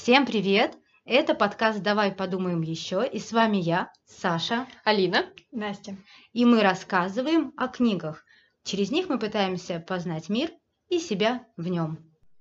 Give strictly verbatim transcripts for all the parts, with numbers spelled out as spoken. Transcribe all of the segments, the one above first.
Всем привет! Это подкаст «Давай подумаем еще», и с вами я, Саша, Алина, Настя. И мы рассказываем о книгах. Через них мы пытаемся познать мир и себя в нем.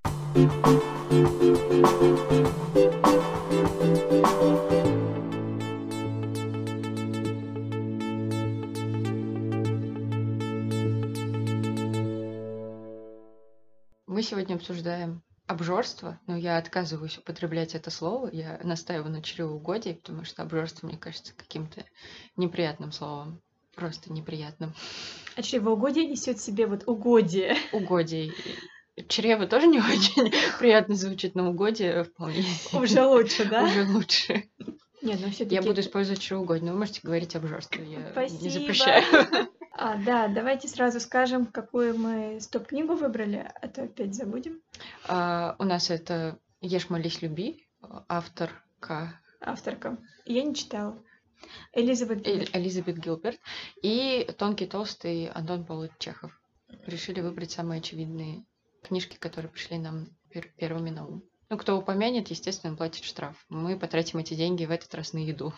мы сегодня обсуждаем обжорство, но я отказываюсь употреблять это слово, я настаиваю на чревоугодии, потому что обжорство, мне кажется, каким-то неприятным словом, просто неприятным. А чревоугодие несет в себе вот угодие. Угодие. Чрево тоже не очень приятно звучит, но угодие вполне. Уже лучше, да? Уже лучше. Нет, ну все-таки. Я буду использовать чревоугодие, но вы можете говорить обжорство, я Спасибо. не запрещаю. А, да, давайте сразу скажем, какую мы стоп-книгу выбрали, а то опять забудем. А, у нас это «Ешь, молись, люби», авторка. Авторка. Я не читала. Элизабет Гилберт. Эль- Элизабет Гилберт и «Тонкий толстый» Антон Павлович Чехов. Решили выбрать самые очевидные книжки, которые пришли нам пер- первыми на ум. Ну, кто упомянет, естественно, платит штраф. Мы потратим эти деньги в этот раз на еду.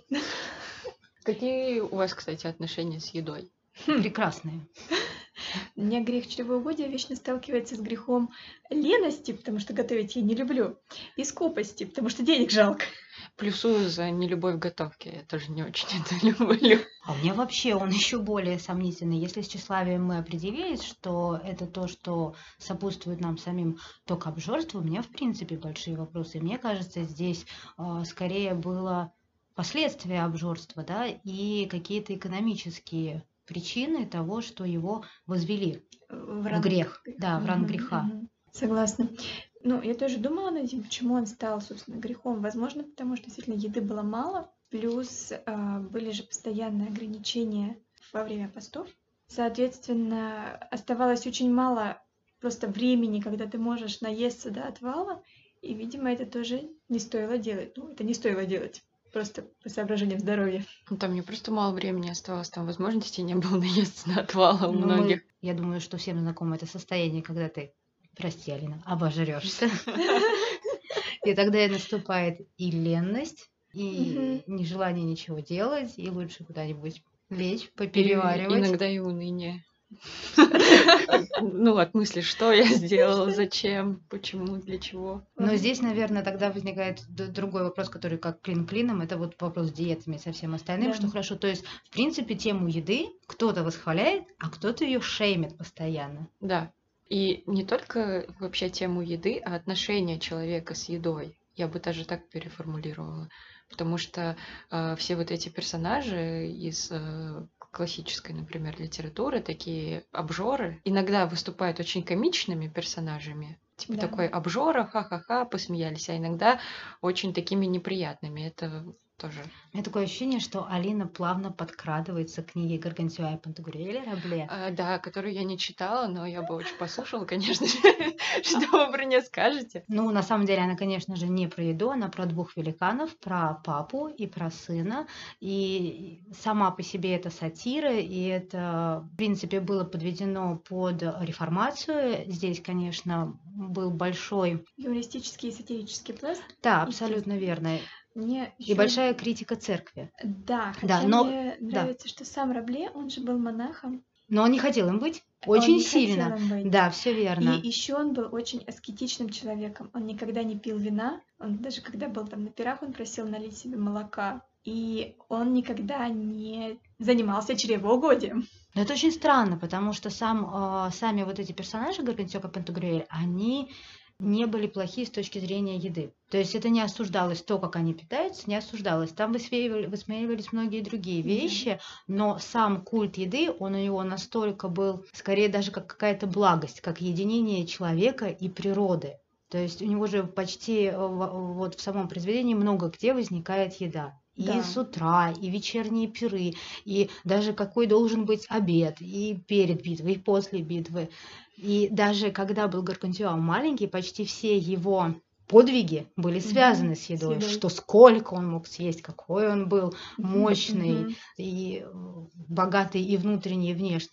Какие у вас, кстати, отношения с едой? Прекрасные. У меня грех чревоугодия вечно сталкивается с грехом лености, потому что готовить я не люблю, и скупости, потому что денег жалко. Плюсую за нелюбовь к готовке. Я тоже не очень это люблю. А у меня вообще он еще более сомнительный. Если с тщеславием мы определились, что это то, что сопутствует нам самим, то к обжорству у меня в принципе большие вопросы. Мне кажется, здесь э, скорее было последствия обжорства, да, и какие-то экономические причины того, что его возвели В, в ранг... грех, да, в ранг Мгм, греха. мгм. Согласна. Ну, я тоже думала над этим, почему он стал, собственно, грехом. Возможно, потому что действительно еды было мало, плюс а, были же постоянные ограничения во время постов. Соответственно, оставалось очень мало просто времени, когда ты можешь наесться до отвала, и, видимо, это тоже не стоило делать. Ну, это не стоило делать, просто по соображениям здоровья. Ну, там не просто мало времени оставалось, там возможности не было наесться на отвал у Ну, многих. мы- я думаю, что всем знакомо это состояние, когда ты, прости, Алина, обожрешься. И тогда и наступает и ленность, и нежелание ничего делать, и лучше куда-нибудь лечь, И попереваривать. иногда и уныние. Ну, от мысли, что я сделала, зачем, почему, для чего. Но здесь, наверное, тогда возникает д- другой вопрос, который как клин клином, это вот вопрос с диетами и со всем остальным, Да. что хорошо. То есть, в принципе, тему еды кто-то восхваляет, а кто-то ее шеймит постоянно. Да. И не только вообще тему еды, а отношение человека с едой. Я бы даже так переформулировала. Потому что э, все вот эти персонажи из э, классической, например, литературы, такие обжоры, иногда выступают очень комичными персонажами. Типа Да. такой обжора, ха-ха-ха, посмеялись, а иногда очень такими неприятными. Это тоже. У меня такое ощущение, что Алина плавно подкрадывается к книге Гаргантюа и Пантагрюэля Рабле. А, да, которую я не читала, но я бы очень послушала, конечно же, что вы про нее скажете. Ну, на самом деле, она, конечно же, не про еду, она про двух великанов, про папу и про сына. И сама по себе это сатира, и это, в принципе, было подведено под реформацию. Здесь, конечно, был большой... Юмористический и сатирический пласт. Да, абсолютно верно. Мне И ещё- большая критика церкви. Да, Да, хотя но- мне да. нравится, что сам Рабле, он же был монахом. Но он не хотел им быть Он очень не сильно. хотел им быть. Да, все верно. И еще он был очень аскетичным человеком. Он никогда не пил вина. Он даже когда был там на пирах, он просил налить себе молока. И он никогда не занимался чревоугодием. Но это очень странно, потому что сам, э, сами вот эти персонажи Гаргантюа и Пантагрюэль, они не были плохие с точки зрения еды. То есть это не осуждалось то, как они питаются, не осуждалось. Там высмеивали- высмеивались многие другие Мгм. вещи, но сам культ еды, он у него настолько был, скорее даже как какая-то благость, как единение человека и природы. То есть у него же почти э, в- вот в самом произведении много где возникает еда. И Да. с утра, и вечерние пиры, и даже какой должен быть обед, и перед битвой, и после битвы. И даже когда был Гаргантюа маленький, почти все его подвиги были Мгм, связаны с с едой, едой. что сколько он мог съесть, какой он был мощный Мгм. и э, богатый и внутренне, и внешне.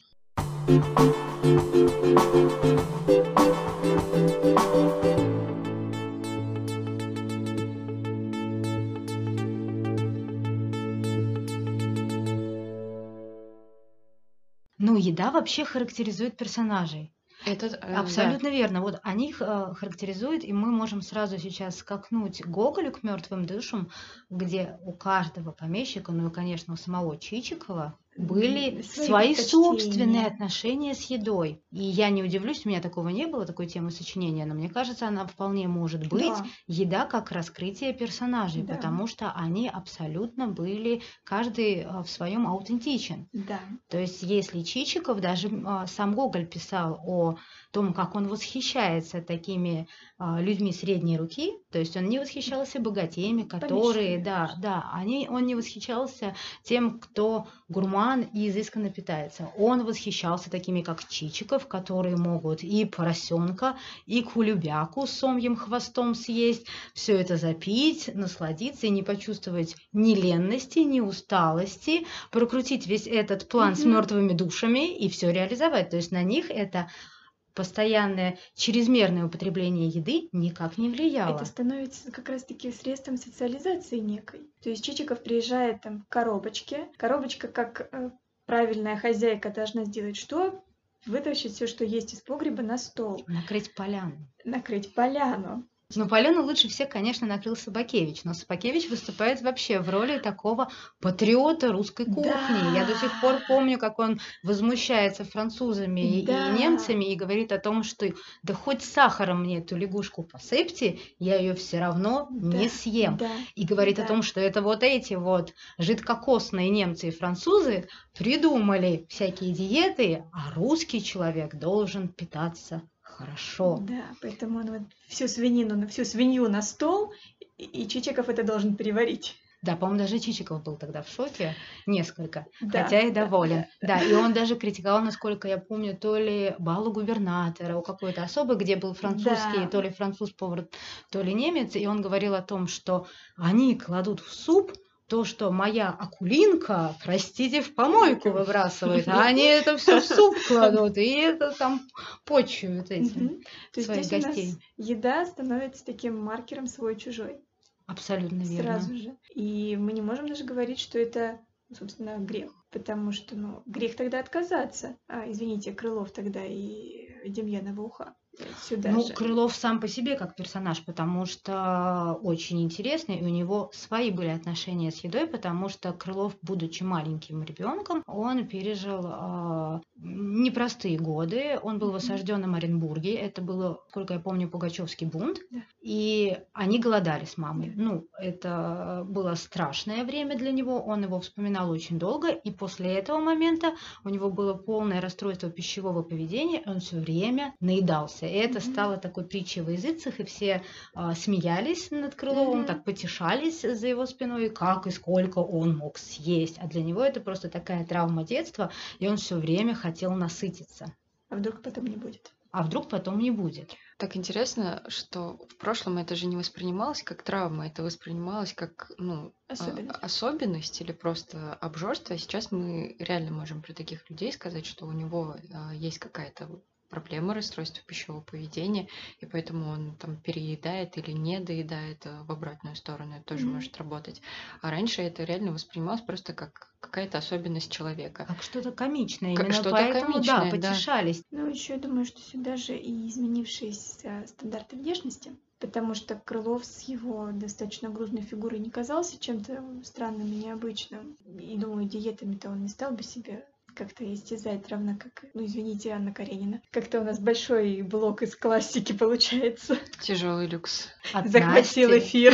Ну, еда вообще характеризует персонажей. Это, э, да. Абсолютно верно. Вот они их э, характеризуют, и мы можем сразу сейчас скакнуть к Гоголю, к мертвым душам, где у каждого помещика, ну и, конечно, у самого Чичикова, были М, свои свои собственные предпочтения. отношения с едой. И я не удивлюсь, у меня такого не было, такой темы сочинения, но мне кажется, она вполне может быть. Да, Еда как раскрытие персонажей, да, потому что они абсолютно были, каждый э, в своем аутентичен. да. То есть, если Чичиков, даже а, сам Гоголь писал о том, как он восхищается такими а, людьми средней руки, то есть он не восхищался богатеями, которые, Помещиками, да, конечно. да, они, он не восхищался тем, кто гурман и изысканно питается. Он восхищался такими, как Чичиков, которые могут и поросенка, и кулебяку с сомьим хвостом съесть, все это запить, насладиться и не почувствовать ни ленности, ни усталости, прокрутить весь этот план с Мгм. мертвыми душами и все реализовать. То есть на них это постоянное чрезмерное употребление еды никак не Это влияло. становится как раз-таки средством социализации некой. То есть Чичиков приезжает там в коробочке. Коробочка, как э, правильная хозяйка, должна сделать что? Вытащить все, что есть из погреба, на стол, Накрыть поляну. накрыть поляну. Ну, поляну лучше всех, конечно, накрыл Собакевич, но Собакевич выступает вообще в роли такого патриота русской кухни. Я до сих пор Да, помню, как он возмущается французами и да, немцами и говорит о том, что да хоть сахаром мне эту лягушку посыпьте, я ее все равно не да, съем. да, И говорит о да. том, что это вот эти вот жидкокосные немцы и французы придумали всякие диеты, а русский человек должен питаться хорошо. Да, поэтому он вот всю свинину, на- всю свинью на стол, и, и Чичиков это должен переварить. Да, по-моему, даже Чичиков был тогда в шоке, несколько, Да, хотя и да, доволен. да, Да, и он даже критиковал, насколько я помню, то ли балу губернатора у какой-то особы, где был французский, да. то ли француз-повар, то ли немец, и он говорил о том, что они кладут в суп то, что моя акулинка, простите, в помойку выбрасывает, а они это все в суп кладут, и это там почуют этим Мгм. То есть своих здесь у гостей. нас еда становится таким маркером свой-чужой Абсолютно верно. сразу же. И мы не можем даже говорить, что это, собственно, грех. Потому что, ну, грех тогда отказаться. А, извините, Крылов тогда и Демьянова уха. Сюда Ну, же. Крылов сам по себе как персонаж, потому что очень интересный, и у него свои были отношения с едой, потому что Крылов, будучи маленьким ребенком, он пережил э, непростые годы. Он был в Мгм. осажденном Оренбурге. Это было, сколько я помню, Пугачевский бунт. Да. И они голодали с мамой. Да. Ну, это было страшное время для него. Он его вспоминал очень долго. И после этого момента у него было полное расстройство пищевого поведения. Он все время наедался. И это Мгм. стало такой притчей во языцах. И все а, смеялись над Крыловым, Мгм. так потешались за его спиной, как и сколько он мог съесть. А для него это просто такая травма детства. И он все время хотел насытиться. А вдруг потом не будет? А вдруг потом не будет? Так интересно, что в прошлом это же не воспринималось как травма, это воспринималось как, ну, а, Особенность. особенность или просто обжорство. А сейчас мы реально можем про таких людей сказать, что у него а, есть какая-то проблема, расстройство пищевого поведения, и поэтому он там переедает или не доедает а, в обратную сторону, это тоже Мгм. может работать. А раньше это реально воспринималось просто как какая-то особенность человека. Как что-то комичное. Как Именно что-то поэтому, да, комичное, да. потешались. Ну, еще я думаю, что сюда же и изменившиеся стандарты внешности, потому что Крылов с его достаточно грузной фигурой не казался чем-то странным и необычным. И думаю, диетами-то он не стал бы себе как-то истязать, равно как, ну, извините, Анна Каренина. Как-то у нас большой блок из классики получается. Тяжелый люкс. От Захватил Насти. эфир.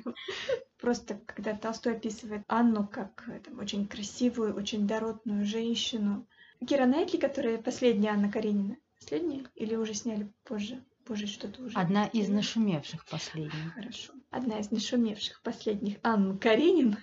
Просто когда Толстой описывает Анну как э, там, очень красивую, очень дородную женщину. Кира Найтли, которая последняя Анна Каренина. Последняя? Или уже сняли позже? Позже что-то уже. Одна из сделали? нашумевших последних. Хорошо. Одна из нашумевших последних Анн Каренин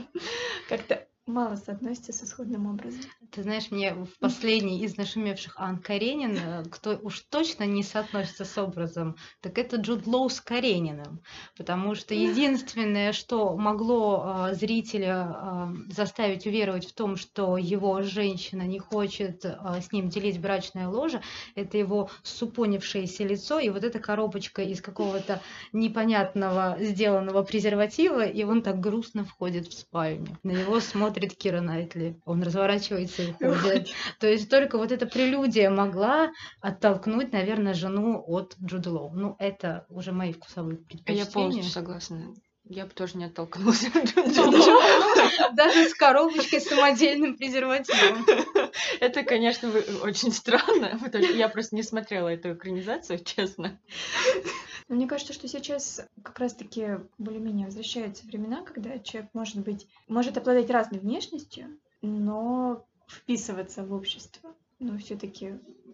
как-то мало соотносится с исходным образом. Ты знаешь, мне в последней из нашумевших Ан Каренин, э, кто уж точно не соотносится с образом, так это Джуд Лоу с Карениным. Потому что единственное, что могло э, зрителя э, заставить уверовать в том, что его женщина не хочет э, с ним делить брачное ложе, это его супонившееся лицо и вот эта коробочка из какого-то непонятного сделанного презерватива, и он так грустно входит в спальню. На него смотрит смотрит Кира Найтли, он разворачивается и уходит. То есть только вот эта прелюдия могла оттолкнуть, наверное, жену от Джуда Лоу. Ну, это уже мои вкусовые Я предпочтения. полностью согласна. Я бы тоже не оттолкнулась от Даже с коробочкой с самодельным презервативом. Это, конечно, вы- очень странно, потому что я просто не смотрела эту экранизацию, честно. Но мне кажется, что сейчас как раз-таки более-менее возвращаются времена, когда человек может быть, может обладать разной внешностью, но вписываться в общество. Но все-таки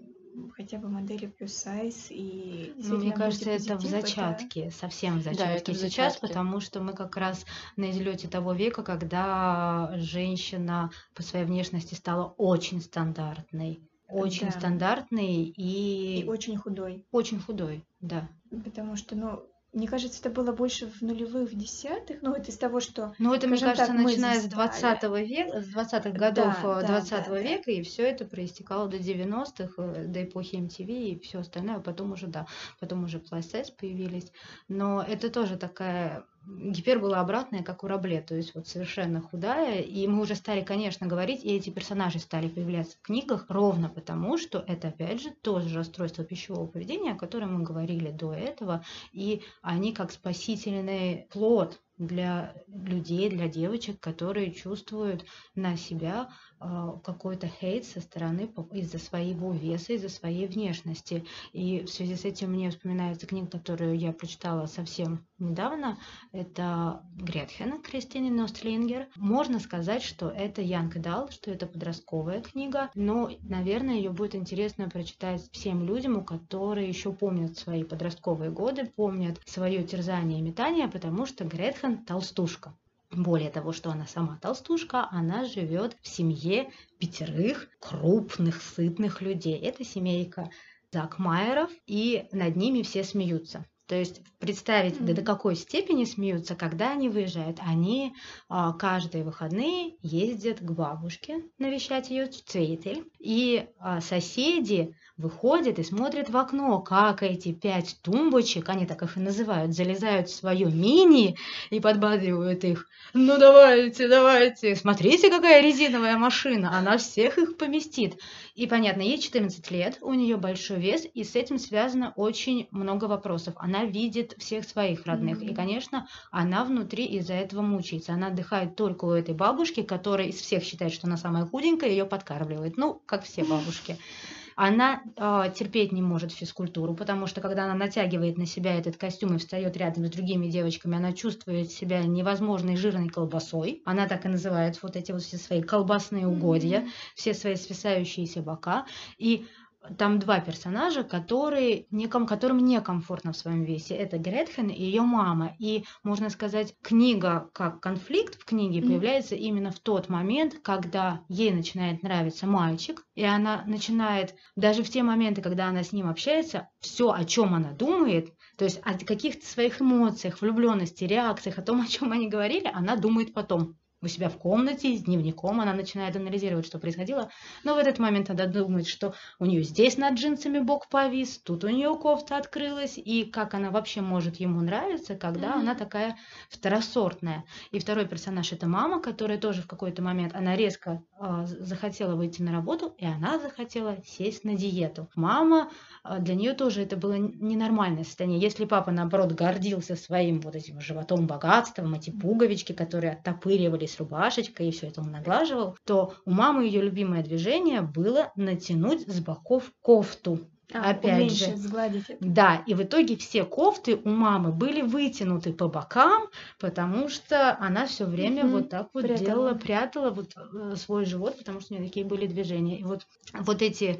хотя бы модели плюс сайз и Ну, мне действительно кажется, это в бодипозитив, это зачатке, совсем в Да, это зачатке в сейчас, зачатке. потому что мы как раз на излете того века, когда женщина по своей внешности стала очень стандартной. Очень Да. стандартной и и очень худой. очень худой, да. Потому что, ну, мне кажется, это было больше в нулевых, в десятых. Ну, это из того, что, Ну, это, мне скажем кажется, так, мы начиная с застали. двадцатого века, с двадцатых годов Да, э, да, двадцатого да, да. века, и все это проистекало до девяностых, э, до эпохи эм ти ви и все остальное, а потом уже, да, потом уже plus size появились. Но это тоже такая гипер была обратная, как у Рабле, то есть вот совершенно худая, и мы уже стали, конечно, говорить, и эти персонажи стали появляться в книгах ровно потому, что это, опять же, тоже расстройство пищевого поведения, о котором мы говорили до этого, и они как спасительный плод для людей, для девочек, которые чувствуют на себя э, какой-то хейт со стороны по- из-за своего веса, из-за своей внешности. И в связи с этим мне вспоминается книга, которую я прочитала совсем недавно. Это Гретхен Кристины Ностлингер. Можно сказать, что это Young Adult, что это подростковая книга, но, наверное, ее будет интересно прочитать всем людям, у которые еще помнят свои подростковые годы, помнят свое терзание и метание, потому что Гретхен толстушка. Более того, что она сама толстушка, она живет в семье пятерых крупных, сытных людей. Это семейка Закмайеров, и над ними все смеются. То есть представить, да до М. какой степени смеются, когда они выезжают. Они а, каждые выходные ездят к бабушке навещать ее в Цвейтель, и а, соседи выходят и смотрят в окно, как эти пять тумбочек, они так их и называют, залезают в свое мини и подбадривают их. Ну давайте, давайте, смотрите, какая резиновая машина, она всех их поместит. И понятно, ей четырнадцать лет, у нее большой вес, и с этим связано очень много вопросов. Она видит всех своих родных, и, М. конечно, она внутри из-за этого мучается. Она отдыхает только у этой бабушки, которая из всех считает, что она самая худенькая, ее подкармливает. Ну, как все бабушки. Она э, терпеть не может физкультуру, потому что когда она натягивает на себя этот костюм и встает рядом с другими девочками, она чувствует себя невозможной жирной колбасой. Она так и называет вот эти вот все свои колбасные угодья, М. все свои свисающиеся бока. И там два персонажа, которые неком, которым некомфортно в своем весе. Это Гретхен и ее мама. И, можно сказать, книга как конфликт в книге Мгм. появляется именно в тот момент, когда ей начинает нравиться мальчик, и она начинает, даже в те моменты, когда она с ним общается, все, о чем она думает, то есть о каких-то своих эмоциях, влюбленности, реакциях, о том, о чем они говорили, она думает потом. У себя в комнате, с дневником, она начинает анализировать, что происходило. Но в этот момент она думает, что у нее здесь над джинсами бок повис, тут у нее кофта открылась, и как она вообще может ему нравиться, когда она Мгм. такая второсортная. И второй персонаж — это мама, которая тоже в какой-то момент, она резко а, захотела выйти на работу, и она захотела сесть на диету. Мама, а, для нее тоже это было ненормальное состояние. Если папа, наоборот, гордился своим вот этим животом, богатством, эти пуговички, которые оттопыривались, рубашечкой, и все это он наглаживал, то у мамы ее любимое движение было натянуть с боков кофту. А, Опять же, уменьшить, сгладить это. да, и в итоге все кофты у мамы были вытянуты по бокам, потому что она все время вот Мгм. так вот Прятала. делала, прятала вот э, свой живот, потому что у нее такие были движения. И вот, вот эти,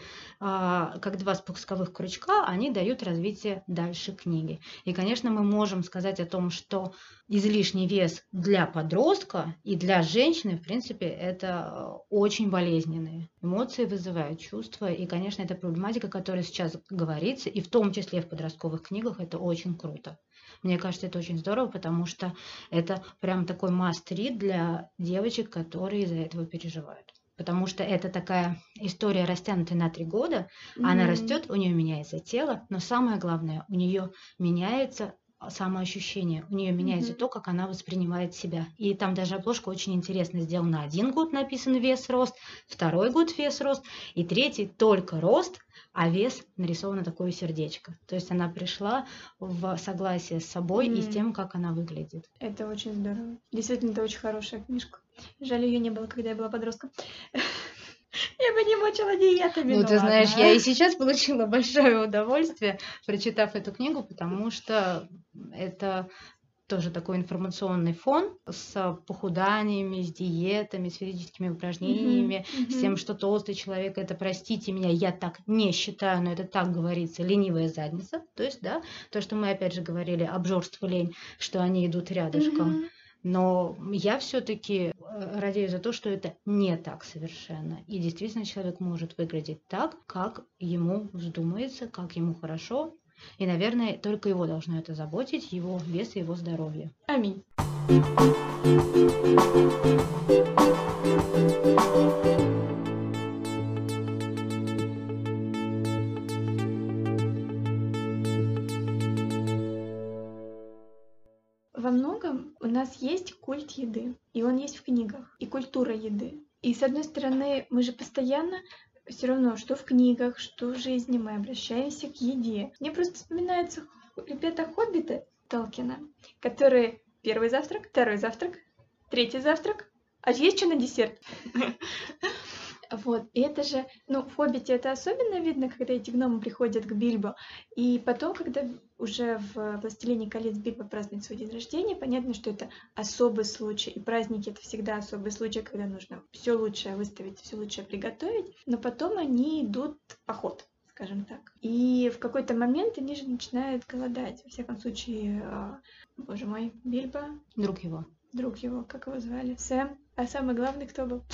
а, как два спусковых крючка, они дают развитие дальше книги. И, конечно, мы можем сказать о том, что излишний вес для подростка и для женщины, в принципе, это э, очень болезненные эмоции вызывают, чувства. И, конечно, это проблематика, которая сейчас говорится, и в том числе в подростковых книгах, это очень круто. Мне кажется, это очень здорово, потому что это прям такой must-read для девочек, которые из-за этого переживают. Потому что это такая история, растянутая на три года. Она Мгм. растет, у нее меняется тело, но самое главное, у нее меняется самоощущение. У нее меняется Мгм. то, как она воспринимает себя. И там даже обложка очень интересно сделана. Один год написан вес, рост, второй год вес, рост, и третий только рост, а вес нарисовано такое сердечко. То есть она пришла в согласие с собой и с М, тем, как она выглядит. Это очень здорово. Действительно, это очень хорошая книжка. Жаль, ее не было, когда я была подростком. Я бы не мучила диетами, Ну, ну ты знаешь, я и ладно. сейчас получила большое удовольствие, прочитав эту книгу, потому что это тоже такой информационный фон с похуданиями, с диетами, с физическими Мгм, упражнениями, с тем, мгм. что толстый человек, это, простите меня, я так не считаю, но это так говорится, ленивая задница. То есть, да, то, что мы опять же говорили, обжорство, лень, что они идут рядышком. Мгм. Но я все-таки радею за то, что это не так совершенно. И действительно человек может выглядеть так, как ему вздумается, как ему хорошо. И, наверное, только его должно это заботить, его вес и его здоровье. Аминь. Во многом у нас есть культ еды, и он есть в книгах, и культура еды. И с одной стороны, мы же постоянно все равно, что в книгах, что в жизни, мы обращаемся к еде. Мне просто вспоминаются хо- ребята-хоббиты Толкина, которые первый завтрак, второй завтрак, третий завтрак, а есть что на десерт? Вот, и это же, ну, в «Хоббите» это особенно видно, когда эти гномы приходят к Бильбо. И потом, когда уже в «Властелине колец» Бильбо празднует свой день рождения, понятно, что это особый случай. И праздники — это всегда особый случай, когда нужно все лучшее выставить, все лучшее приготовить. Но потом они идут в поход, скажем так. И в какой-то момент они же начинают голодать. Во всяком случае, а, боже мой, Бильбо, Друг его. друг его, как его звали? Сэм. А самый главный кто был?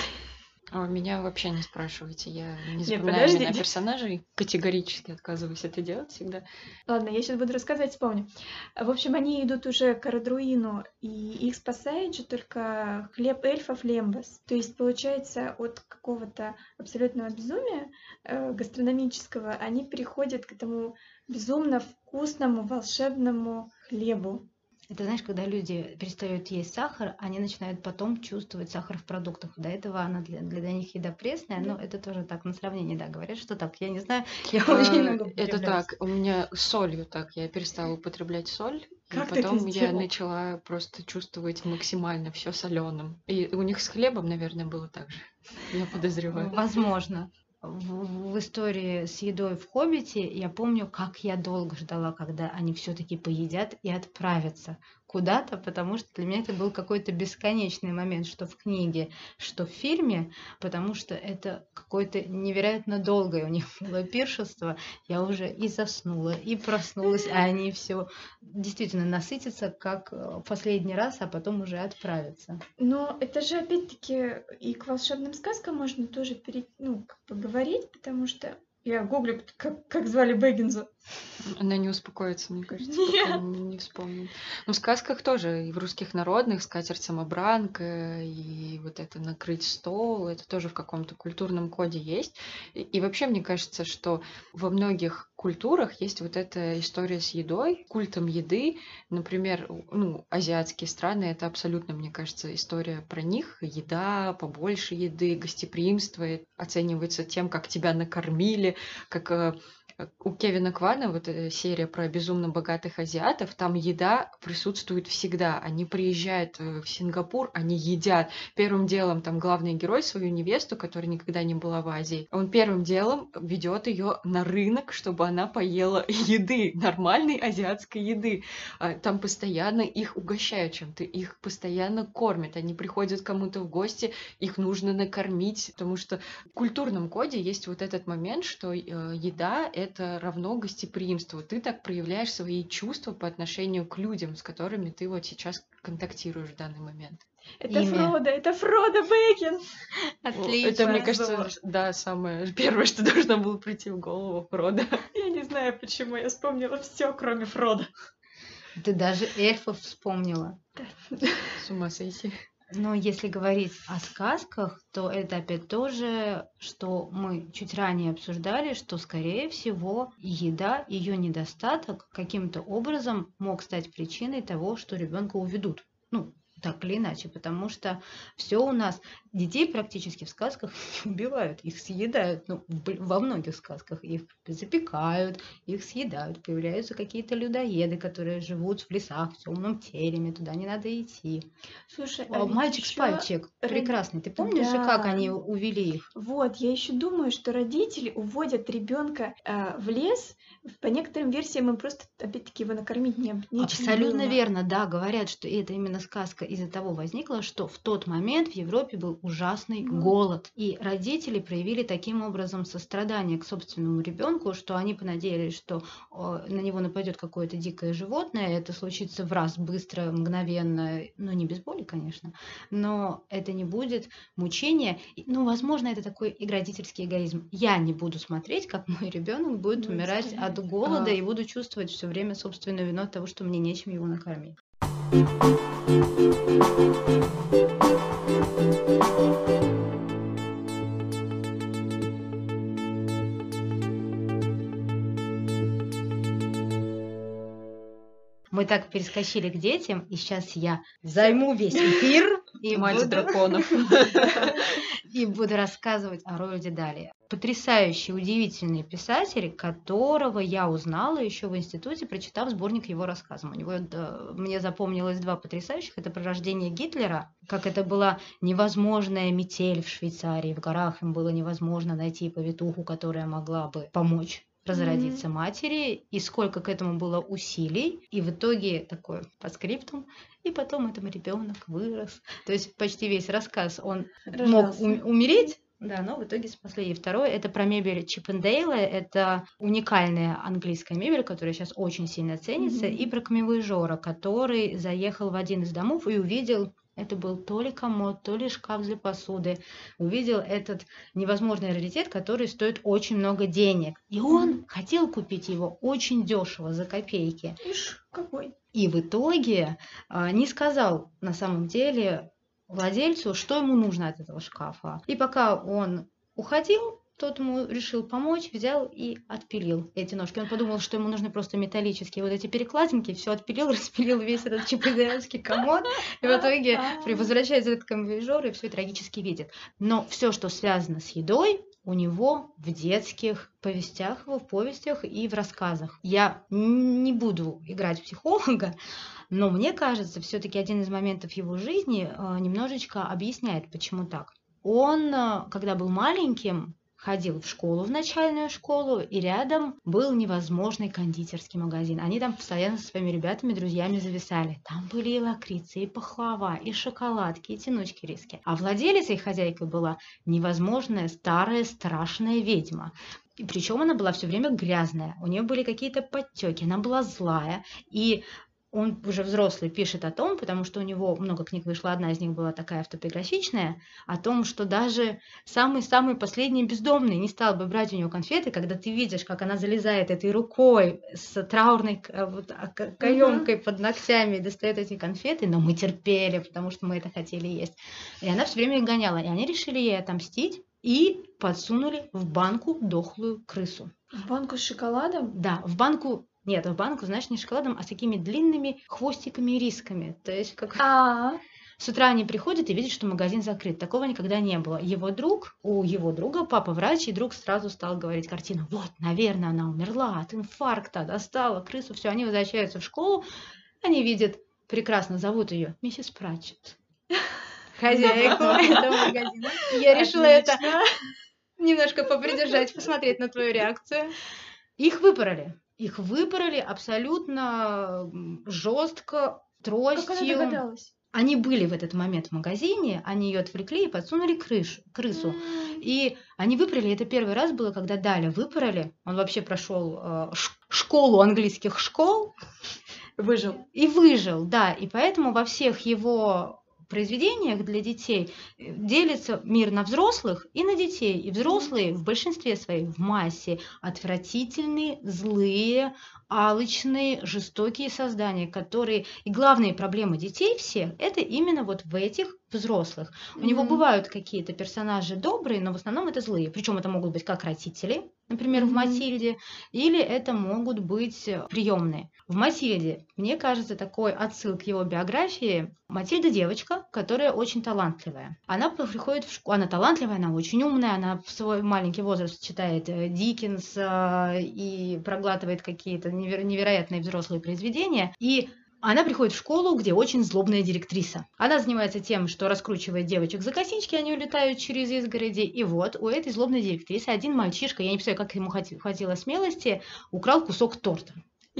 А меня вообще не спрашивайте, я не Нет, запоминаю имена подождите. персонажей, категорически отказываюсь это делать всегда. Ладно, я сейчас буду рассказывать, вспомню. В общем, они идут уже к Арадруину, и их спасает же только хлеб эльфов Лембас. То есть, получается, от какого-то абсолютного безумия э, гастрономического они переходят к этому безумно вкусному волшебному хлебу. Это, знаешь, когда люди перестают есть сахар, они начинают потом чувствовать сахар в продуктах. До этого она для, для них еда пресная, Да. но это тоже так на сравнение, да, говорят, что так. Я не знаю, я А, очень много Это употребляю. так, у меня с солью так, я перестала употреблять соль, и Как ты это потом я сделал? начала просто чувствовать максимально все соленым. И у них с хлебом, наверное, было так же, я подозреваю. Возможно. В, в истории с едой в «Хоббите» я помню, как я долго ждала, когда они все-таки поедят и отправятся куда-то, потому что для меня это был какой-то бесконечный момент, что в книге, что в фильме, потому что это какое-то невероятно долгое у них было пиршество. Я уже и заснула, и проснулась, а они все действительно насытятся, как в последний раз, а потом уже отправятся. Но это же опять-таки и к волшебным сказкам можно тоже пере... ну, как бы говорить, потому что я гуглю, как, как звали Бэггинза. Она не успокоится, мне кажется, пока Нет. не, не вспомнит. Но в сказках тоже, и в русских народных, скатерть-самобранка, и вот это накрыть стол, это тоже в каком-то культурном коде есть. И, и вообще, мне кажется, что во многих культурах есть вот эта история с едой, культом еды. Например, ну, азиатские страны, это абсолютно, мне кажется, история про них. Еда, побольше еды, гостеприимство и оценивается тем, как тебя накормили, как э, у Кевина Квана вот эта серия про безумно богатых азиатов, там еда присутствует всегда. Они приезжают э, в Сингапур, они едят. Первым делом там главный герой свою невесту, которая никогда не была в Азии, он первым делом ведет ее на рынок, чтобы она поела еды, нормальной азиатской еды. А Там постоянно их угощают чем-то, их постоянно кормят. Они приходят кому-то в гости, их нужно накормить, потому что в культурном коде есть вот этот момент, что э, еда — это равно гостеприимству. Ты так проявляешь свои чувства по отношению к людям, с которыми ты вот сейчас контактируешь в данный момент. Это Имя. Фродо, это Фродо Бэкин. Отлично. Это, мне Класс кажется, было. да, самое первое, что должно было прийти в голову Фродо. Я не знаю, почему я вспомнила все, кроме Фродо. Ты даже эльфов вспомнила. С ума сойти. Но если говорить о сказках, то это опять тоже, что мы чуть ранее обсуждали, что, скорее всего, еда, ее недостаток каким-то образом мог стать причиной того, что ребенка уведут. Ну, так или иначе, потому что все у нас, детей практически в сказках не убивают, их съедают. Ну, в- во многих сказках их запекают, их съедают. Появляются какие-то людоеды, которые живут в лесах, в темном тереме, туда не надо идти. Слушай, а А, ведь Мальчик с еще пальчик прекрасный. Ты помнишь, и как да. они увели их? Вот, я еще думаю, что родители уводят ребенка э, в лес. По некоторым версиям им просто, опять-таки, его накормить не, нечем Абсолютно было. верно, да, говорят, что это именно сказка из-за того возникла, что в тот момент в Европе был ужасный Вот. голод. И родители проявили таким образом сострадание к собственному ребенку, что они понадеялись, что э, на него нападет какое-то дикое животное, это случится в раз, быстро, мгновенно, ну не без боли, конечно, но это не будет мучения. И, Ну, возможно, это такой и родительский эгоизм. Я не буду смотреть, как мой ребенок будет Будет умирать страдать. от голода А, и буду чувствовать все время собственную вину от того, что мне нечем его накормить. Мы так перескочили к детям, и сейчас я займу весь эфир и Мать буду, драконов. и буду рассказывать о Роальде Дали. Потрясающий, удивительный писатель, которого я узнала еще в институте, прочитав сборник его рассказов. У него да, мне запомнилось два потрясающих. Это про рождение Гитлера, как это была невозможная метель в Швейцарии, в горах им было невозможно найти повитуху, которая могла бы помочь разродиться матери, и сколько к этому было усилий, и в итоге такое по скриптум, и потом этот ребенок вырос. То есть почти весь рассказ он мог Рождался. ум- умереть, да, но в итоге спасли. И второе, это про мебель Чиппендейла, это уникальная английская мебель, которая сейчас очень сильно ценится, Мгм. и про камевояжера, который заехал в один из домов и увидел, это был то ли комод, то ли шкаф для посуды, увидел этот невозможный раритет, который стоит очень много денег. И он Мгм. хотел купить его очень дешево, за копейки. Ишь, какой. И в итоге а, не сказал на самом деле владельцу, что ему нужно от этого шкафа. И пока он уходил, тот ему решил помочь, взял и отпилил эти ножки. Он подумал, что ему нужны просто металлические вот эти перекладинки, все отпилил, распилил весь этот чипендейлский комод, и в итоге при- возвращается этот камевояжер и все трагически видит. Но все, что связано с едой, у него в детских повестях, в повестях и в рассказах. Я н- не буду играть в психолога, но мне кажется, все-таки один из моментов его жизни э, немножечко объясняет, почему так. Он, э, когда был маленьким, ходил в школу, в начальную школу, и рядом был невозможный кондитерский магазин. Они там постоянно со своими ребятами, друзьями зависали. Там были и лакрицы, и пахлава, и шоколадки, и тянучки риски. А владелицей и хозяйкой была невозможная старая страшная ведьма. И причем она была все время грязная, у нее были какие-то подтеки, она была злая, и он уже взрослый пишет о том, потому что у него много книг вышло, одна из них была такая автобиографичная, о том, что даже самый-самый последний бездомный не стал бы брать у нее конфеты, когда ты видишь, как она залезает этой рукой с траурной к- вот, а, к- каемкой под ногтями и достает эти конфеты, но мы терпели, потому что мы это хотели есть. И она все время их гоняла, и они решили ей отомстить и подсунули в банку дохлую крысу. В банку с шоколадом? Да, в банку, нет, в банку, знаешь, не шоколадом, а с такими длинными хвостиками и рисками. То есть как А, с утра они приходят и видят, что магазин закрыт. Такого никогда не было. Его друг, у его друга, папа врач, и друг сразу стал говорить картину. Вот, наверное, она умерла от инфаркта, достала крысу, все, они возвращаются в школу, они видят, прекрасно зовут ее миссис Пратчетт, хозяйку этого магазина. И я решила это отлично. немножко попридержать, посмотреть на твою реакцию. Их выпороли. Их выпороли абсолютно м, жестко, Как она тростью. догадалась? Они были в этот момент в магазине, они ее отвлекли и подсунули крышу, крысу. М. И они выпороли, это первый раз было, когда Даля выпороли. Он вообще прошел э, ш- школу английских школ Выжил. и выжил, да. И поэтому во всех его произведениях для детей э, делится мир на взрослых и на детей. И взрослые в большинстве своей, в массе, отвратительные, злые, алчные, жестокие создания, которые... И главные проблемы детей всех, это именно вот в этих взрослых. У него Мгм. бывают какие-то персонажи добрые, но в основном это злые. Причем это могут быть как родители, например, в Мгм. Матильде, или это могут быть приемные. В Матильде, мне кажется, такой отсыл к его биографии. Матильда девочка, которая очень талантливая. Она приходит в школу, она талантливая, она очень умная, она в свой маленький возраст читает э, Диккенс э, и проглатывает какие-то неверо- невероятные взрослые произведения. И она приходит в школу, где очень злобная директриса. Она занимается тем, что раскручивает девочек за косички, они улетают через изгороди. И вот у этой злобной директрисы один мальчишка, я не представляю, как ему хвати- хватило смелости, украл кусок торта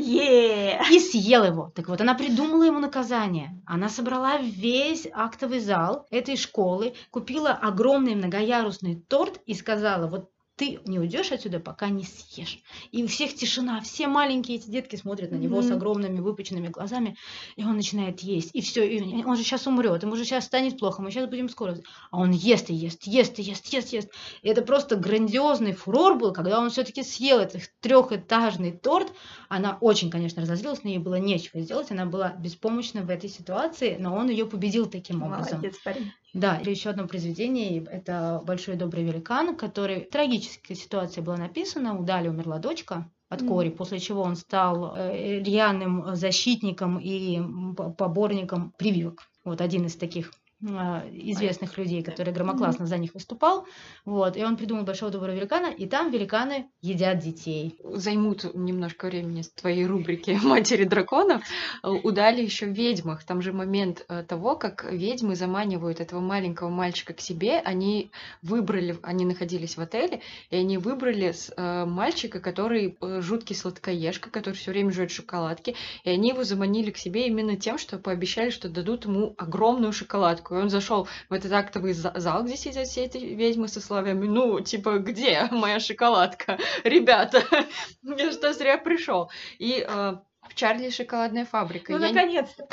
Е! и съел его. Так вот, она придумала ему наказание. Она собрала весь актовый зал этой школы, купила огромный многоярусный торт и сказала: вот ты не уйдешь отсюда, пока не съешь. И у всех тишина, все маленькие эти детки смотрят на него с Мгм. огромными выпученными глазами, и он начинает есть. И все, и он же сейчас умрет, ему же сейчас станет плохо, мы сейчас будем скоро. А он ест и ест, ест и ест, ест, ест. И это просто грандиозный фурор был, когда он все-таки съел этот трехэтажный торт. Она очень, конечно, разозлилась, но ей было нечего сделать, она была беспомощна в этой ситуации, но он ее победил таким образом. Молодец, парень. Да, или еще одно произведение, это «Большой добрый великан», который трагическая ситуация была написана, у Дали умерла дочка от кори, М. после чего он стал э, рьяным защитником и м, п- поборником прививок. Вот один из таких э, известных людей, который громогласно за них выступал. Вот, и он придумал «Большого доброго великана», и там великаны едят детей. Займут немножко времени с твоей рубрики «Матери драконов». Э, У Дали еще в «Ведьмах». Там же момент э, того, как ведьмы заманивают этого маленького мальчика к себе. Они выбрали, они находились в отеле, и они выбрали с, э, мальчика, который э, жуткий сладкоежка, который все время жует шоколадки. И они его заманили к себе именно тем, что пообещали, что дадут ему огромную шоколадку. И он зашел в этот актовый за- зал, где сидят все эти ведьмы со словами: ну, типа, где моя шоколадка? Ребята, я что, зря пришел. И э, в «Чарли и шоколадная фабрика». Ну, Я не- наконец-то.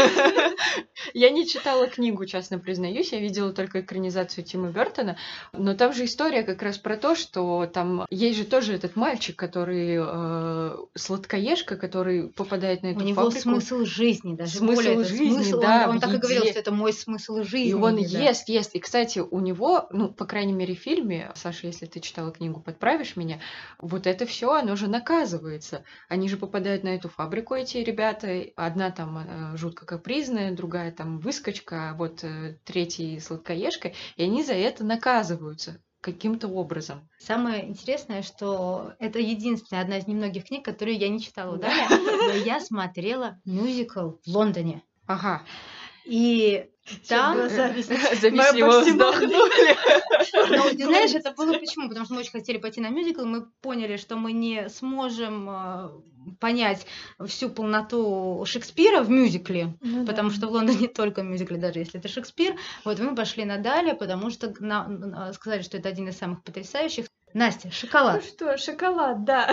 Я не читала книгу, честно признаюсь, я видела только экранизацию Тима Бёртона, но там же история как раз про то, что там есть же тоже этот мальчик, который э, сладкоежка, который попадает на У эту него фабрику. смысл жизни, даже Смысл более это жизни, смысл, да, он, он в так и говорил, еде. что это мой смысл жизни. И он еда. ест, ест. И, кстати, у него, ну, по крайней мере, в фильме, Саша, если ты читала книгу, подправишь меня, вот это все, оно же наказывается. Они же попадают на эту фабрику, эти ребята. Одна там э, жутко капризная, другая там выскочка, а вот э, третий сладкоежка. И они за это наказываются каким-то образом. Самое интересное, что это единственная, одна из немногих книг, которые я не читала у Да. Дали, но я смотрела мюзикл в Лондоне. Ага. И Сейчас там... была зависть. Завистливо почти вздохнули. Ну, ты знаешь, это было почему? Потому что мы очень хотели пойти на мюзикл, и мы поняли, что мы не сможем э, понять всю полноту Шекспира в мюзикле, Ну да. потому что в Лондоне только мюзикли, даже если это Шекспир. Вот мы пошли на Дали, потому что на- на- сказали, что это один из самых потрясающих. Настя, Ну шоколад. что, шоколад, да.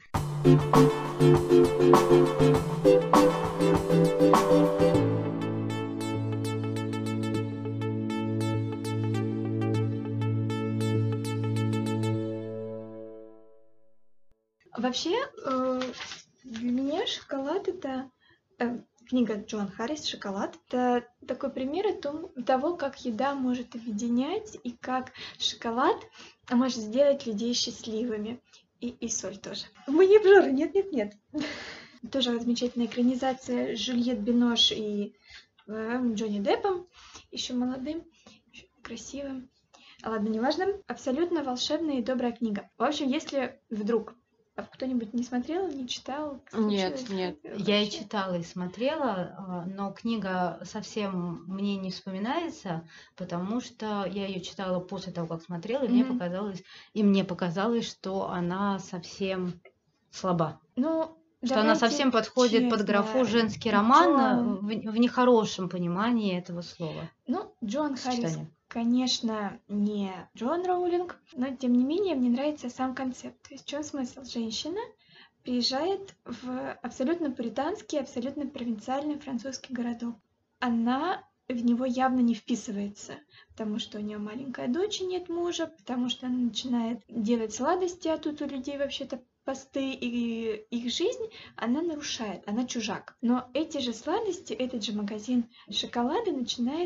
Вообще, э, для меня шоколад это э, книга Джоан Харрис «Шоколад». Это такой пример о том, того, как еда может объединять и как шоколад может сделать людей счастливыми. И, и соль тоже. Мы не обжоры, нет-нет-нет. Тоже замечательная экранизация Жюльет Бинош и э, Джонни Деппом, еще молодым, ещё красивым. А ладно, неважно. Абсолютно волшебная и добрая книга. В общем, если вдруг а кто-нибудь не смотрел, не читал? Нет, случилось? нет. Я и Вообще? читала, и смотрела, а, но книга совсем мне не вспоминается, потому что я ее читала после того, как смотрела, и мне Мгм. показалось, и мне показалось, что она совсем слаба. Ну, Что она давайте совсем подходит под графу честно, женский роман Джоан- в, в нехорошем понимании этого слова. Ну, Джоан Харрис, Сочетание. конечно, не Джоан Роулинг, но тем не менее мне нравится сам концепт. То есть в чем смысл? Женщина приезжает в абсолютно пуританский, абсолютно провинциальный французский городок. Она в него явно не вписывается, потому что у нее маленькая дочь и нет мужа, потому что она начинает делать сладости, а тут у людей вообще-то посты, и их жизнь она нарушает, она чужак. Но эти же сладости, этот же магазин шоколада начинает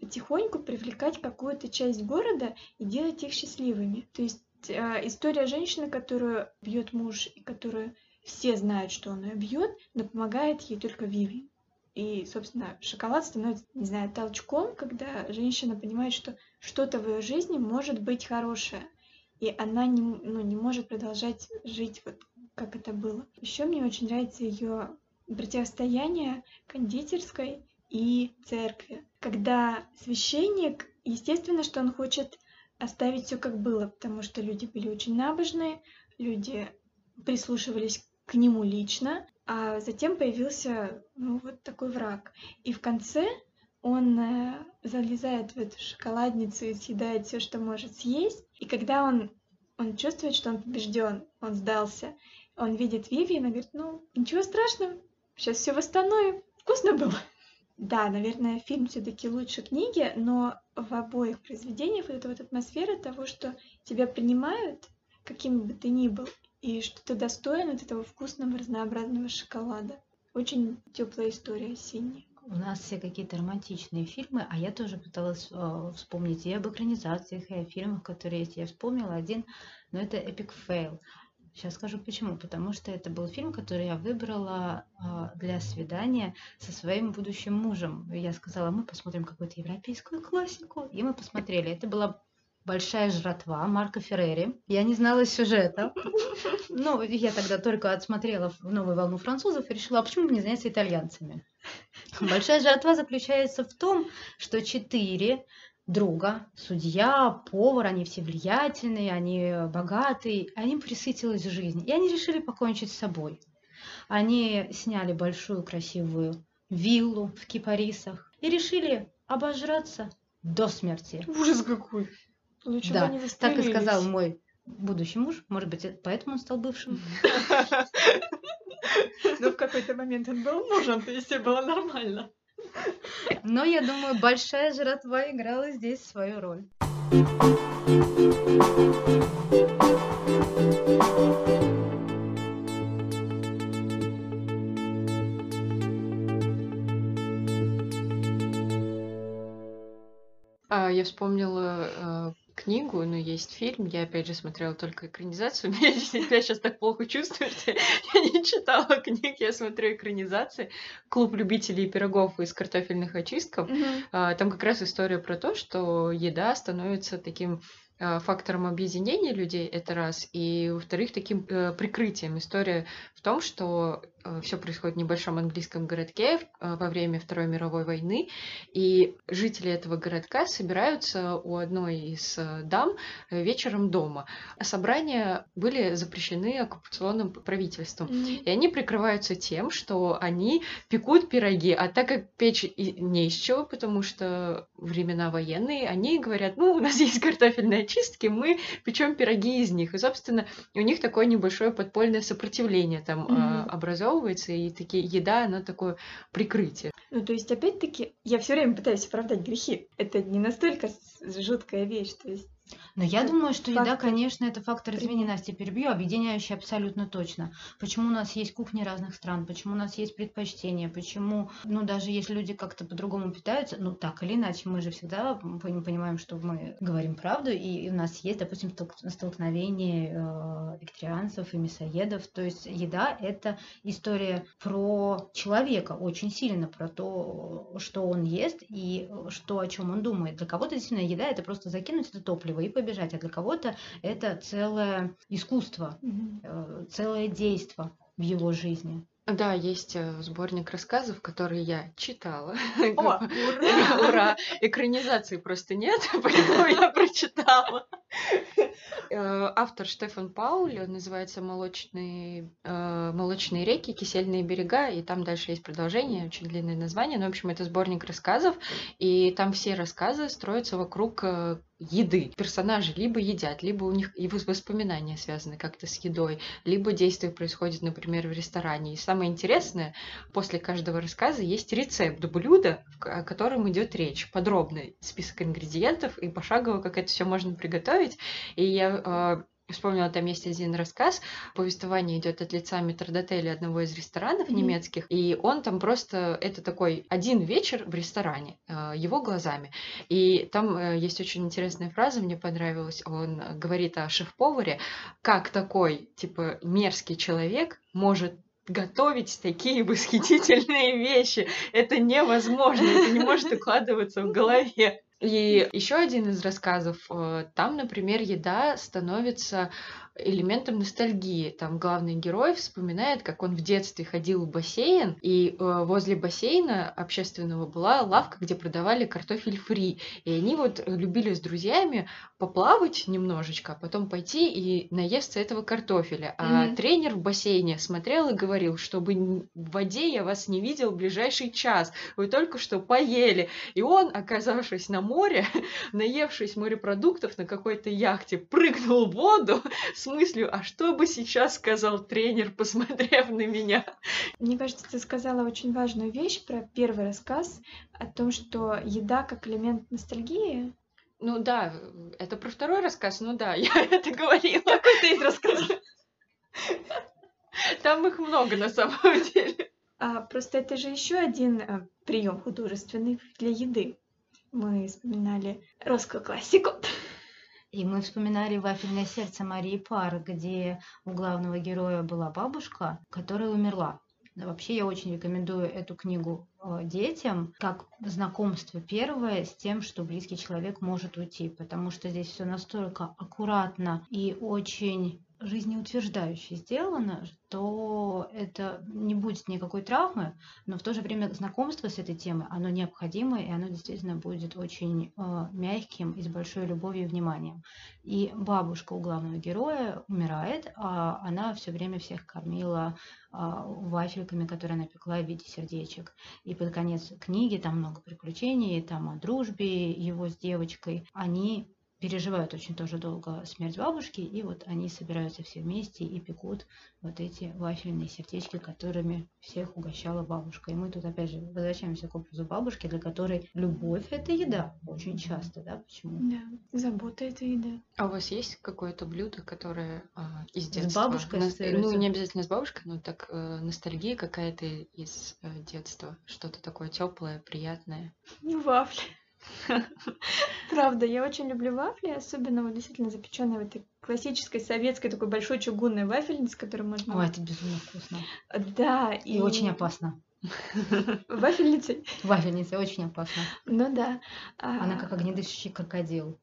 потихоньку привлекать какую-то часть города и делать их счастливыми. То есть э, история женщины, которую бьет муж и которую все знают, что он ее бьет, но помогает ей только Вивиан. И, собственно, шоколад становится, не знаю, толчком, когда женщина понимает, что что-то в ее жизни может быть хорошее, и она не, ну, не может продолжать жить вот как это было. Еще мне очень нравится ее противостояние кондитерской и церкви. Когда священник, естественно, что он хочет оставить все как было, потому что люди были очень набожные, люди прислушивались к нему лично, а затем появился ну, вот такой враг. И в конце он э, залезает в эту шоколадницу и съедает все, что может съесть. И когда он, он чувствует, что он побежден, он сдался, он видит Вивиан и говорит, ну, ничего страшного, сейчас все восстановим, вкусно было. Да, наверное, фильм все-таки лучше книги, но в обоих произведениях вот эта вот атмосфера того, что тебя принимают, каким бы ты ни был, и что ты достоин вот этого вкусного разнообразного шоколада. Очень теплая история осенняя. У нас все какие-то романтичные фильмы, а я тоже пыталась э, вспомнить и об экранизациях, и о фильмах, которые есть. Я вспомнила один, но это Epic Fail. Сейчас скажу почему. Потому что это был фильм, который я выбрала э, для свидания со своим будущим мужем. Я сказала, мы посмотрим какую-то европейскую классику. И мы посмотрели. Это была «Большая жратва» Марко Феррери. Я не знала сюжета. Ну, я тогда только отсмотрела «Новую волну французов» и решила, а почему бы не заняться итальянцами? «Большая жратва» заключается в том, что четыре друга, судья, повар, они все влиятельные, они богатые, они присытилась жизнь, и они решили покончить с собой. Они сняли большую красивую виллу в Кипарисах и решили обожраться до смерти. Ужас какой! Лучше бы Да, они так и сказал застрелились. мой будущий муж, может быть, это поэтому он стал бывшим. Но в какой-то момент он был мужем, то есть все было нормально. Но я думаю, большая жратва играла здесь свою роль. А, я вспомнила э, книгу, но есть фильм. Я опять же смотрела только экранизацию. Я себя сейчас так плохо чувствую, что я не читала книг, я смотрю экранизации. «Клуб любителей пирогов из картофельных очистков». Мгм. А, Там как раз история про то, что еда становится таким а, фактором объединения людей, это раз, и во-вторых, таким э, прикрытием. История в том, что все происходит в небольшом английском городке э, во время Второй мировой войны, и жители этого городка собираются у одной из э, дам э, вечером дома. А собрания были запрещены оккупационным правительством. Мгм. И они прикрываются тем, что они пекут пироги, а так как печь и не из чего, потому что времена военные, они говорят, ну, у нас есть картофельные очистки, мы печем пироги из них. И, собственно, у них такое небольшое подпольное сопротивление там Мгм. а, образовывается, и такие еда, она такое прикрытие. Ну, то есть, опять-таки, я все время пытаюсь оправдать грехи. Это не настолько с- жуткая вещь. То есть, Но я как думаю, что еда, фактор конечно, это фактор, извини, пример. Настя, перебью, объединяющий абсолютно точно. Почему у нас есть кухни разных стран, почему у нас есть предпочтения, почему, ну, даже если люди как-то по-другому питаются, ну, так или иначе, мы же всегда пон- понимаем, что мы говорим правду, и у нас есть, допустим, столк- столкновение э, вегетарианцев и мясоедов. То есть еда – это история про человека очень сильно, про то, что он ест и что, о чем он думает. Для кого-то действительно еда – это просто закинуть это топливо и побежать, а для кого-то это целое искусство, Мгм. э, целое действо в его жизни. Да, есть э, сборник рассказов, которые я читала. О, ура! Ура! Экранизации просто нет, поэтому я прочитала. Э, Автор Штефан Пауль, он называется «Молочные, э, «Молочные реки. Кисельные берега», и там дальше есть продолжение, очень длинное название, но, в общем, это сборник рассказов, и там все рассказы строятся вокруг э, еды. Персонажи либо едят, либо у них и вос- воспоминания связаны как-то с едой, либо действие происходит, например, в ресторане. И самое интересное, после каждого рассказа есть рецепт блюда, в ко- о котором идет речь, подробный список ингредиентов и пошагово, как это все можно приготовить. И я вспомнила, там есть один рассказ, повествование идет от лица метрдотеля одного из ресторанов Мгм. немецких, и он там просто, это такой один вечер в ресторане, э, его глазами. И там э, есть очень интересная фраза, мне понравилась, он э, говорит о шеф-поваре, как такой, типа, мерзкий человек может готовить такие восхитительные вещи. Это невозможно, это не может укладываться в голове. И еще один из рассказов, э, там, например, еда становится элементом ностальгии. Там главный герой вспоминает, как он в детстве ходил в бассейн, и э, возле бассейна общественного была лавка, где продавали картофель фри. И они вот любили с друзьями поплавать немножечко, а потом пойти и наесться этого картофеля. А Мгм. тренер в бассейне смотрел и говорил, чтобы н- в воде я вас не видел в ближайший час. Вы только что поели. И он, оказавшись на море, наевшись морепродуктов на какой-то яхте, прыгнул в воду с мыслью, а что бы сейчас сказал тренер, посмотрев на меня? Мне кажется, ты сказала очень важную вещь про первый рассказ о том, что еда как элемент ностальгии. Ну да, это про второй рассказ, ну да, я это говорила. Какой ты из рассказов? Там их много на самом деле. А, просто это же еще один а, прием художественный для еды. Мы вспоминали русскую классику. И мы вспоминали «Вафельное сердце» Марии Пар, где у главного героя была бабушка, которая умерла. Да, вообще я очень рекомендую эту книгу э, детям как знакомство первое с тем, что близкий человек может уйти, потому что здесь все настолько аккуратно и очень жизнеутверждающе сделано, что это не будет никакой травмы, но в то же время знакомство с этой темой, оно необходимо, и оно действительно будет очень э, мягким и с большой любовью и вниманием. И бабушка у главного героя умирает, а она все время всех кормила а, вафельками, которые она пекла в виде сердечек. И под конец книги, там много приключений, там о дружбе его с девочкой. Они переживают очень тоже долго смерть бабушки, и вот они собираются все вместе и пекут вот эти вафельные сердечки, которыми всех угощала бабушка. И мы тут опять же возвращаемся к образу бабушки, для которой любовь – это еда очень часто, да, почему? Да, забота это еда. А у вас есть какое-то блюдо, которое а, из С детства? бабушкой Нас- ассоциируется? Ну, не обязательно с бабушкой, но так э, ностальгия какая-то из э, детства. Что-то такое теплое, приятное. Ну, вафли. Правда, я очень люблю вафли, особенно вот действительно запеченные в этой классической советской такой большой чугунной вафельнице, которую можно... Ой, это безумно вкусно. Да, И очень опасно. Вафельницей. Вафельница очень опасна. Ну да. Она А, как огнедышащий крокодил.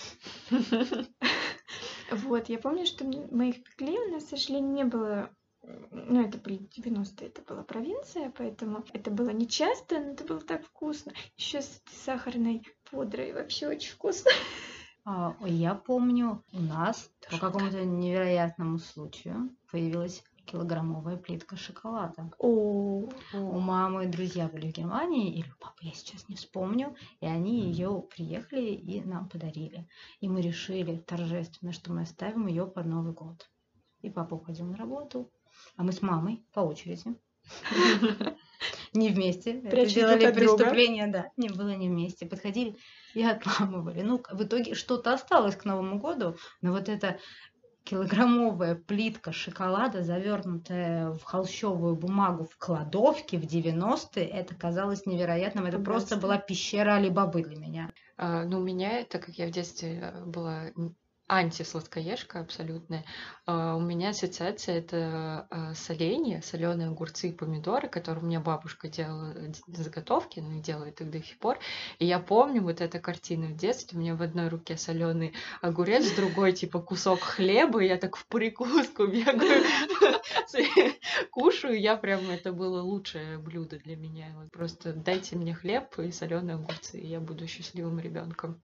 Вот, я помню, что м- мы их пекли, у нас, к сожалению, не было... м, Ну, это были девяностые, это была провинция, поэтому это было не часто, но это было так вкусно. Еще с этой сахарной пудрой, вообще очень вкусно. А, ой, я помню, у нас по Тоже какому-то невероятному случаю появилась килограммовая плитка шоколада. О, У мамы друзья были в Германии, или у папы, я сейчас не вспомню, и они ее приехали и нам подарили. И мы решили торжественно, что мы оставим ее под Новый год. И папа уходил на работу, а мы с мамой по очереди. Не вместе. Это Прячась друг делали от друга. преступление, да. Не было не вместе. Подходили и отламывали. Ну, в итоге что-то осталось к Новому году, но вот эта килограммовая плитка шоколада, завернутая в холщовую бумагу в кладовке в девяностые, это казалось невероятным. Это просто Богатство. была пещера Али-Бабы для меня. А, ну, у меня, так как я в детстве э, была н- антисладкоежка абсолютная, а, у меня ассоциация это а, соленья, соленые огурцы и помидоры, которые у меня бабушка делала э, д- заготовки, ну и делает их до сих пор. И я помню вот эту картину в детстве. У меня в одной руке соленый огурец, в другой типа кусок хлеба, и я так в прикуску бегаю, кушаю. Я прям, это было лучшее блюдо для меня. Вот просто дайте мне хлеб и соленые огурцы, и я буду счастливым ребенком.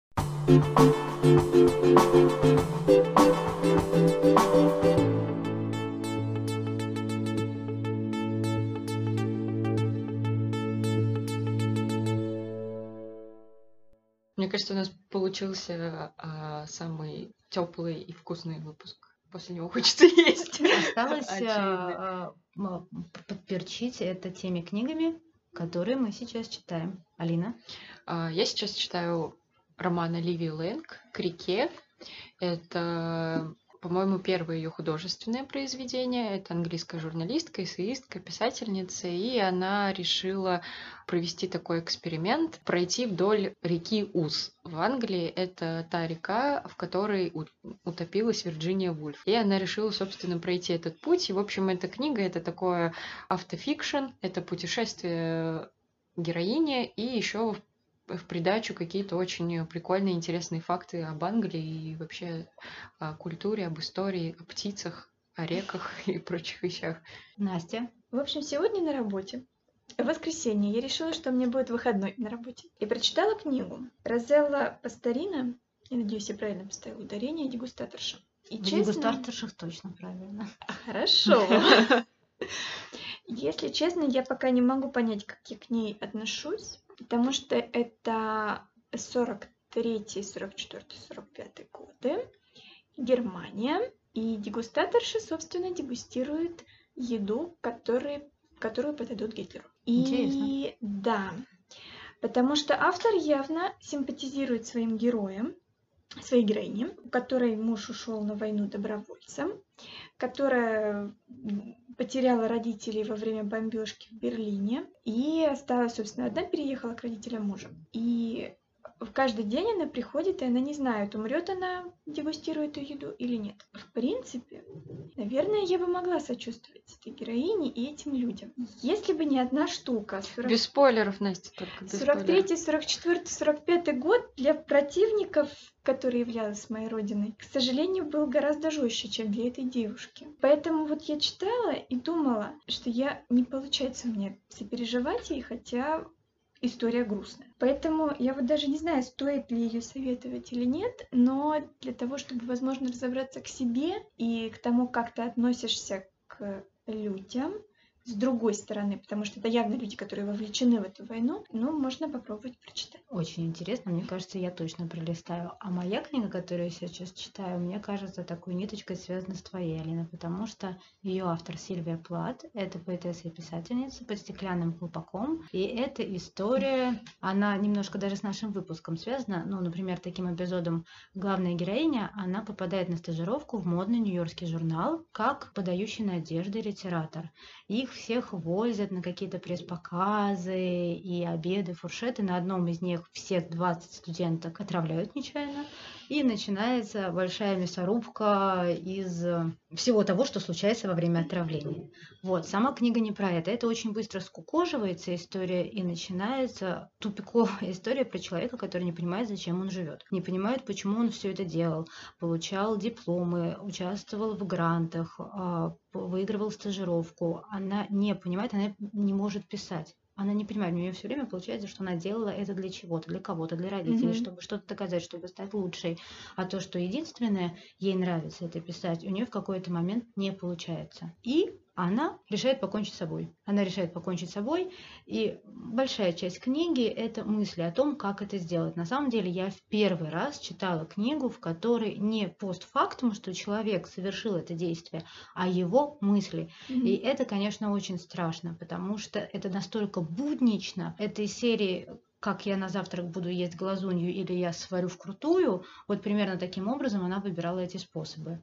Мне кажется, у нас получился а, самый теплый и вкусный выпуск. После него хочется есть. Осталось Очевидно. а, а, м, подперчить это теми книгами, которые мы сейчас читаем. Алина? А, Я сейчас читаю роман Оливии Лэнг «К реке». Это по-моему, первое ее художественное произведение. Это английская журналистка, эссеистка, писательница, и она решила провести такой эксперимент, пройти вдоль реки Уз. В Англии это та река, в которой утопилась Вирджиния Вульф. И она решила, собственно, пройти этот путь. И, в общем, эта книга — это такое автофикшн, это путешествие героини, и еще в придачу какие-то очень прикольные, интересные факты об Англии и вообще о культуре, об истории, о птицах, о реках и прочих вещах. Настя? В общем, сегодня на работе, в воскресенье, я решила, что у меня будет выходной на работе. И прочитала книгу Розелла Пасторина, я надеюсь, я правильно поставила ударение, «Дегустаторша». И В честно... дегустаторших точно правильно. Хорошо. Если честно, я пока не могу понять, как я к ней отношусь, потому что это сорок третий, сорок четвёртый, сорок пятый годы, Германия, и дегустаторша, собственно, дегустирует еду, которые, которую подойдут Гитлеру. Интересно. И да, потому что автор явно симпатизирует своим героям, своей героине, у которой муж ушел на войну добровольцем, которая потеряла родителей во время бомбежки в Берлине и осталась, собственно, одна, переехала к родителям мужа. И в каждый день она приходит, и она не знает, умрет она, дегустирует эту еду или нет. В принципе, наверное, я бы могла сочувствовать этой героине и этим людям. Если бы не одна штука. сорок... Без спойлеров, Настя, только без сорок третий, спойлеров. сорок четвёртый, сорок пятый год для противников, которая являлась моей родиной, к сожалению, был гораздо жестче, чем для этой девушки. Поэтому вот я читала и думала, что я не получается у меня сопереживать ей, хотя история грустная. Поэтому я вот даже не знаю, стоит ли ее советовать или нет, но для того, чтобы, возможно, разобраться к себе и к тому, как ты относишься к людям с другой стороны, потому что это явно люди, которые вовлечены в эту войну, ну, можно попробовать прочитать. Очень интересно, мне кажется, я точно пролистаю. А моя книга, которую я сейчас читаю, мне кажется, такой ниточкой связана с твоей, Алина, потому что ее автор Сильвия Плат, это поэтесса и писательница «Под стеклянным колпаком», и эта история, она немножко даже с нашим выпуском связана, ну, например, таким эпизодом главная героиня, она попадает на стажировку в модный нью-йоркский журнал как подающий надежды литератор. Их всех возят на какие-то пресс-показы и обеды, фуршеты. На одном из них всех двадцать студенток отравляют нечаянно. И начинается большая мясорубка из всего того, что случается во время отравления. Вот. Сама книга не про это. Это очень быстро скукоживается история, и начинается тупиковая история про человека, который не понимает, зачем он живет. Не понимает, почему он все это делал. Получал дипломы, участвовал в грантах, выигрывал стажировку. Она не понимает, она не может писать. Она не понимает, у нее все время получается, что она делала это для чего-то, для кого-то, для родителей, Мгм. чтобы что-то доказать, чтобы стать лучшей. А то, что единственное ей нравится это писать, у нее в какой-то момент не получается. И она решает покончить с собой. Она решает покончить с собой, и большая часть книги – это мысли о том, как это сделать. На самом деле я в первый раз читала книгу, в которой не постфактум, что человек совершил это действие, а его мысли. Мгм. И это, конечно, очень страшно, потому что это настолько буднично. Этой серии «Как я на завтрак буду есть глазунью» или «Я сварю вкрутую», вот примерно таким образом она выбирала эти способы.